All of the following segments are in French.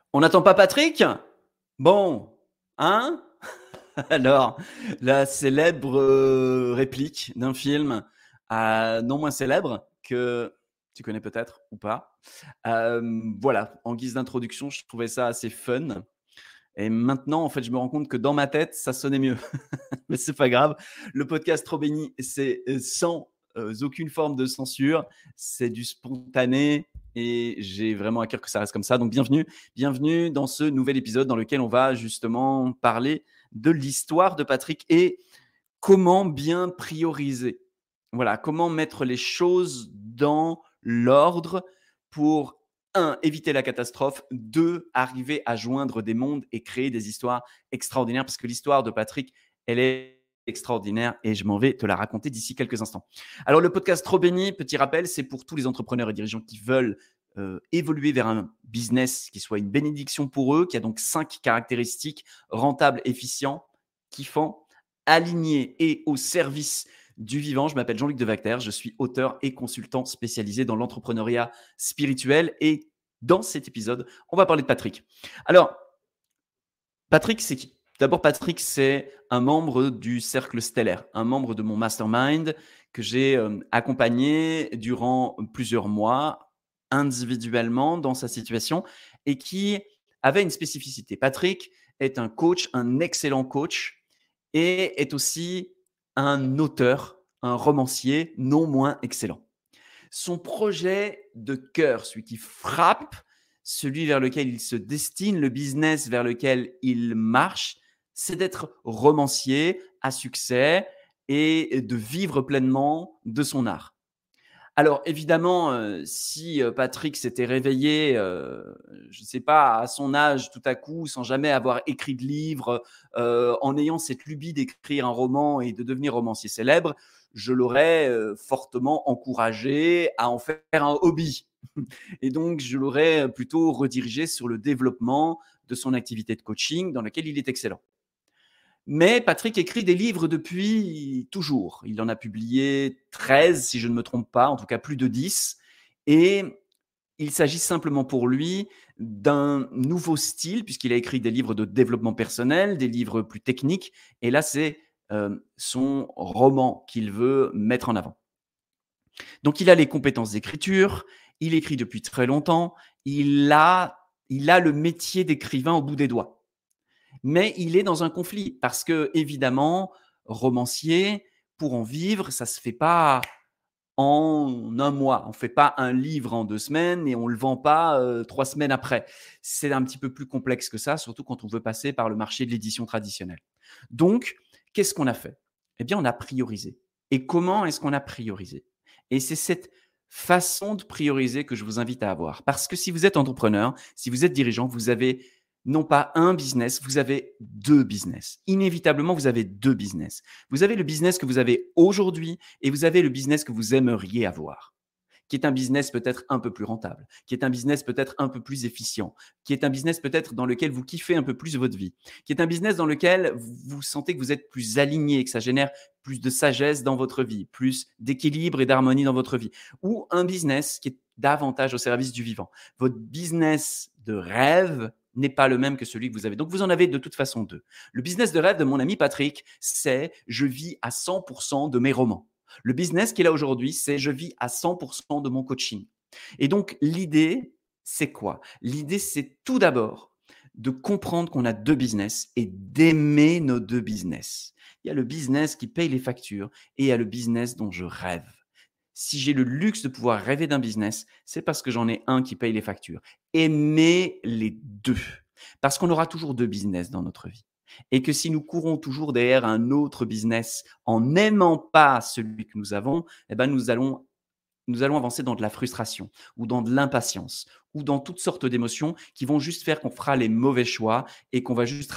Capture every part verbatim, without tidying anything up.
On n'attend pas Patrick? Bon, hein? Alors, la célèbre, heu, réplique d'un film, heu, non moins célèbre que tu connais peut-être ou pas. Hem, voilà, en guise d'introduction, je trouvais ça assez fun et maintenant, en fait, je me rends compte que dans ma tête, ça sonnait mieux. Mais c'est pas grave. Le podcast Trop béni, c'est, heu, sans, heu, aucune forme de censure. C'est du spontané et j'ai vraiment à cœur que ça reste comme ça. Donc bienvenue, bienvenue dans ce nouvel épisode dans lequel on va justement parler de l'histoire de Patrick et comment bien prioriser. Voilà, comment mettre les choses dans l'ordre pour un éviter la catastrophe, deux arriver à joindre des mondes et créer des histoires extraordinaires parce que l'histoire de Patrick, elle est extraordinaire et je m'en vais te la raconter d'ici quelques instants. Alors le podcast Trop béni, petit rappel, c'est pour tous les entrepreneurs et dirigeants qui veulent euh, évoluer vers un business qui soit une bénédiction pour eux, qui a donc cinq caractéristiques: rentable, efficient, kiffant, aligné et au service du vivant. Je m'appelle Jean-Luc Devacter, je suis auteur et consultant spécialisé dans l'entrepreneuriat spirituel et dans cet épisode, on va parler de Patrick. Alors, Patrick, c'est qui? D'abord, Patrick, c'est un membre du cercle stellaire, un membre de mon mastermind que j'ai euh, accompagné durant plusieurs mois individuellement dans sa situation et qui avait une spécificité. Patrick est un coach, un excellent coach et est aussi un auteur, un romancier non moins excellent. Son projet de cœur, celui qui frappe, celui vers lequel il se destine, le business vers lequel il marche, c'est d'être romancier à succès et de vivre pleinement de son art. Alors évidemment, heu, si, heu, Patrick s'était réveillé, heu, je ne sais pas, à son âge tout à coup, sans jamais avoir écrit de livre, heu, en ayant cette lubie d'écrire un roman et de devenir romancier célèbre, je l'aurais, heu, fortement encouragé à en faire un hobby et donc je l'aurais plutôt redirigé sur le développement de son activité de coaching dans lequel il est excellent. Mais Patrick écrit des livres depuis toujours. Il en a publié treize, si je ne me trompe pas, en tout cas plus de dix. Et il s'agit simplement pour lui d'un nouveau style, puisqu'il a écrit des livres de développement personnel, des livres plus techniques. Et là, c'est euh, son roman qu'il veut mettre en avant. Donc, il a les compétences d'écriture, il écrit depuis très longtemps, il a, il a le métier d'écrivain au bout des doigts. Mais il est dans un conflit parce que, évidemment, romancier, pour en vivre, ça se fait pas en un mois. On fait pas un livre en deux semaines et on le vend pas euh, trois semaines après. C'est un petit peu plus complexe que ça, surtout quand on veut passer par le marché de l'édition traditionnelle. Donc, qu'est-ce qu'on a fait? Eh bien, on a priorisé. Et comment est-ce qu'on a priorisé? Et c'est cette façon de prioriser que je vous invite à avoir. Parce que si vous êtes entrepreneur, si vous êtes dirigeant, vous avez non pas un business, vous avez deux business. Inévitablement, vous avez deux business. Vous avez le business que vous avez aujourd'hui et vous avez le business que vous aimeriez avoir, qui est un business peut-être un peu plus rentable, qui est un business peut-être un peu plus efficient, qui est un business peut-être dans lequel vous kiffez un peu plus votre vie, qui est un business dans lequel vous sentez que vous êtes plus aligné, que ça génère plus de sagesse dans votre vie, plus d'équilibre et d'harmonie dans votre vie, ou un business qui est davantage au service du vivant. Votre business de rêve n'est pas le même que celui que vous avez. Donc, vous en avez de toute façon deux. Le business de rêve de mon ami Patrick, c'est je vis à cent pour cent de mes romans. Le business qu'il a aujourd'hui, c'est je vis à cent pour cent de mon coaching. Et donc, l'idée, c'est quoi? L'idée, c'est tout d'abord de comprendre qu'on a deux business et d'aimer nos deux business. Il y a le business qui paye les factures et il y a le business dont je rêve. Si j'ai le luxe de pouvoir rêver d'un business, c'est parce que j'en ai un qui paye les factures. Aimez les deux. Parce qu'on aura toujours deux business dans notre vie. Et que si nous courons toujours derrière un autre business en n'aimant pas celui que nous avons, eh ben nous allons nous allons avancer dans de la frustration ou dans de l'impatience ou dans toutes sortes d'émotions qui vont juste faire qu'on fera les mauvais choix et qu'on va juste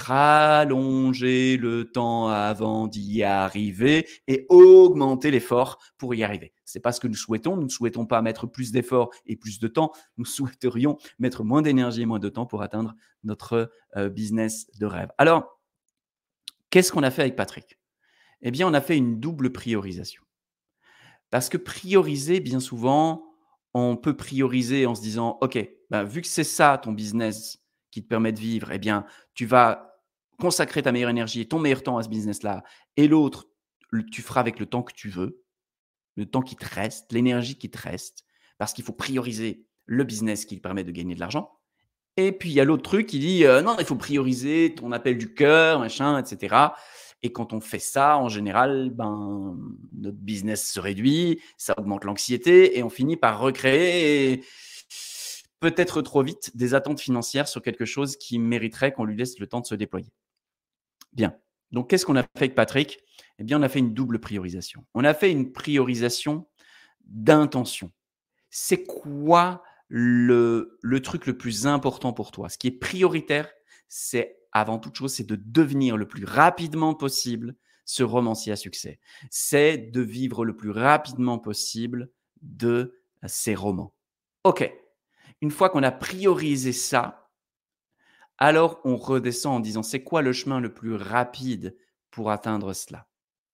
rallonger le temps avant d'y arriver et augmenter l'effort pour y arriver. C'est pas ce que nous souhaitons. Nous ne souhaitons pas mettre plus d'efforts et plus de temps. Nous souhaiterions mettre moins d'énergie et moins de temps pour atteindre notre euh, business de rêve. Alors, qu'est-ce qu'on a fait avec Patrick? Eh bien, on a fait une double priorisation. Parce que prioriser, bien souvent, on peut prioriser en se disant: «OK, bah, vu que c'est ça ton business qui te permet de vivre, eh bien, tu vas consacrer ta meilleure énergie et ton meilleur temps à ce business-là et l'autre, le tu feras avec le temps que tu veux, le temps qui te reste, l'énergie qui te reste, parce qu'il faut prioriser le business qui te permet de gagner de l'argent. Et puis il y a l'autre truc qui dit, heu: «Non, il faut prioriser ton appel du cœur, machin et cetera» et quand on fait ça, en général, ben, notre business se réduit, ça augmente l'anxiété et on finit par recréer, peut-être trop vite, des attentes financières sur quelque chose qui mériterait qu'on lui laisse le temps de se déployer. Bien. Donc qu'est-ce qu'on a fait avec Patrick? Eh bien, on a fait une double priorisation. On a fait une priorisation d'intention. C'est quoi le le truc le plus important pour toi? Ce qui est prioritaire, c'est avant toute chose, c'est de devenir le plus rapidement possible ce romancier à succès. C'est de vivre le plus rapidement possible de ses romans. OK. Une fois qu'on a priorisé ça, alors on redescend en disant: «C'est quoi le chemin le plus rapide pour atteindre cela?»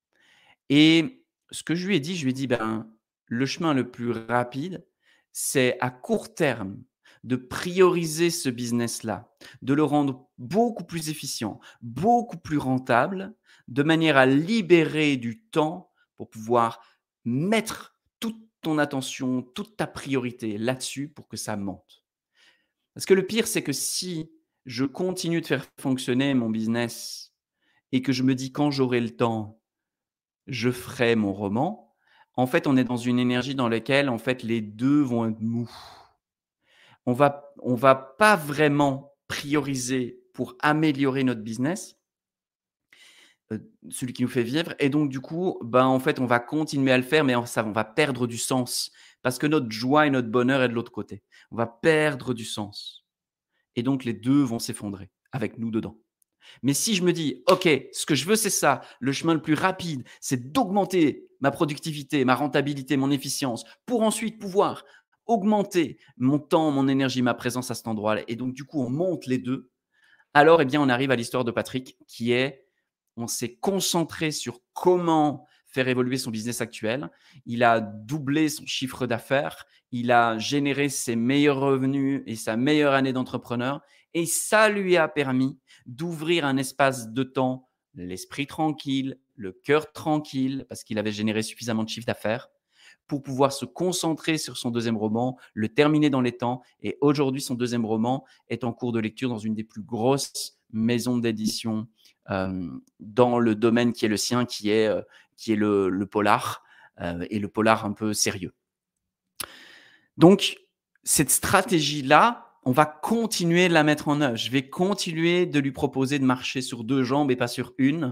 Et ce que je lui ai dit, je lui ai dit: «Ben, le chemin le plus rapide, c'est à court terme de prioriser ce business-là, de le rendre beaucoup plus efficient, beaucoup plus rentable, de manière à libérer du temps pour pouvoir mettre toute ton attention, toute ta priorité là-dessus pour que ça monte». Parce que le pire, c'est que si je continue de faire fonctionner mon business et que je me dis: «Quand j'aurai le temps, je ferai mon roman», en fait, on est dans une énergie dans laquelle, en fait, les deux vont être mous. On va on va pas vraiment prioriser pour améliorer notre business, heu, celui qui nous fait vivre et donc du coup, ben, en fait, on va continuer à le faire, mais en ça on va perdre du sens parce que notre joie et notre bonheur est de l'autre côté. On va perdre du sens et donc les deux vont s'effondrer avec nous dedans. Mais si je me dis: «OK, ce que je veux, c'est ça, le chemin le plus rapide, c'est d'augmenter ma productivité, ma rentabilité, mon efficience, pour ensuite pouvoir augmenter mon temps, mon énergie, ma présence à cet endroit-là» et donc du coup, on monte les deux. Alors, eh bien, on arrive à l'histoire de Patrick qui est, on s'est concentré sur comment faire évoluer son business actuel. Il a doublé son chiffre d'affaires, il a généré ses meilleurs revenus et sa meilleure année d'entrepreneur et ça lui a permis d'ouvrir un espace de temps, l'esprit tranquille, le cœur tranquille, parce qu'il avait généré suffisamment de chiffre d'affaires pour pouvoir se concentrer sur son deuxième roman, le terminer dans les temps. Et aujourd'hui, son deuxième roman est en cours de lecture dans une des plus grosses maisons d'édition euh, dans le domaine qui est le sien, qui est, euh, qui est le, le polar, euh, et le polar un peu sérieux. Donc, cette stratégie-là, on va continuer de la mettre en œuvre. Je vais continuer de lui proposer de marcher sur deux jambes et pas sur une,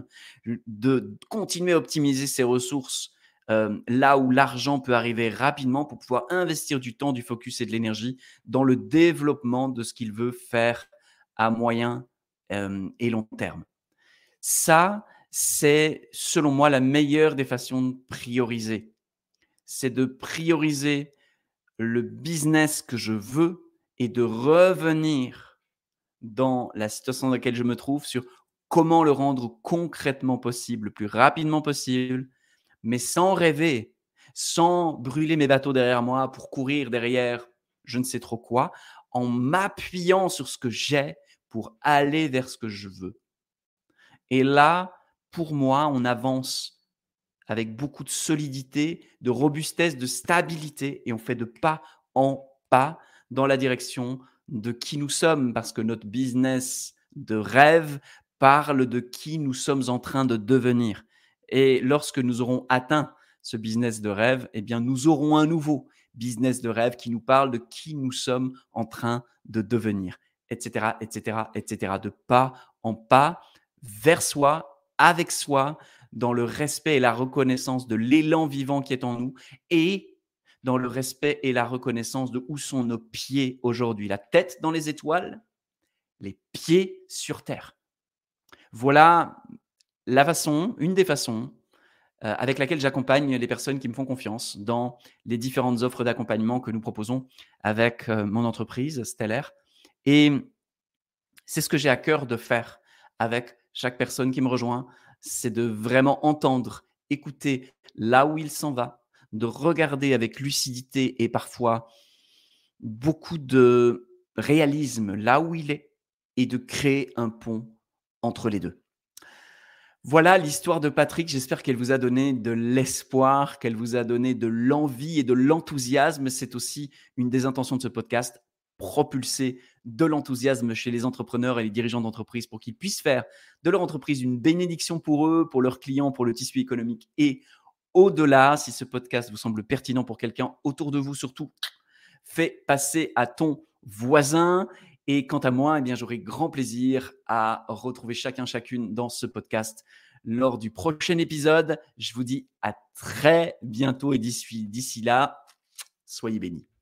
de continuer à optimiser ses ressources euh, là où l'argent peut arriver rapidement pour pouvoir investir du temps, du focus et de l'énergie dans le développement de ce qu'il veut faire à moyen euh, et long terme. Ça, c'est selon moi la meilleure des façons de prioriser. C'est de prioriser le business que je veux et de revenir dans la situation dans laquelle je me trouve sur comment le rendre concrètement possible, le plus rapidement possible, mais sans rêver, sans brûler mes bateaux derrière moi pour courir derrière je ne sais trop quoi, en m'appuyant sur ce que j'ai pour aller vers ce que je veux. Et là, pour moi, on avance avec beaucoup de solidité, de robustesse, de stabilité et on fait de pas en pas dans la direction de qui nous sommes parce que notre business de rêve parle de qui nous sommes en train de devenir. Et lorsque nous aurons atteint ce business de rêve, eh bien, nous aurons un nouveau business de rêve qui nous parle de qui nous sommes en train de devenir, et cetera, et cetera, et cetera, de pas en pas vers soi, avec soi, dans le respect et la reconnaissance de l'élan vivant qui est en nous et dans le respect et la reconnaissance de où sont nos pieds aujourd'hui. La tête dans les étoiles, les pieds sur terre. Voilà la façon, une des façons euh, avec laquelle j'accompagne les personnes qui me font confiance dans les différentes offres d'accompagnement que nous proposons avec euh, mon entreprise Stellaire. Et c'est ce que j'ai à cœur de faire avec chaque personne qui me rejoint, c'est de vraiment entendre, écouter là où il s'en va, de regarder avec lucidité et parfois beaucoup de réalisme là où il est et de créer un pont entre les deux. Voilà l'histoire de Patrick. J'espère qu'elle vous a donné de l'espoir, qu'elle vous a donné de l'envie et de l'enthousiasme. C'est aussi une des intentions de ce podcast, propulser de l'enthousiasme chez les entrepreneurs et les dirigeants d'entreprise pour qu'ils puissent faire de leur entreprise une bénédiction pour eux, pour leurs clients, pour le tissu économique et au-delà. Si ce podcast vous semble pertinent pour quelqu'un autour de vous, surtout, fais passer à ton voisin. Et quant à moi, eh bien, j'aurai grand plaisir à retrouver chacun, chacune dans ce podcast lors du prochain épisode. Je vous dis à très bientôt et d'ici, d'ici là, soyez bénis.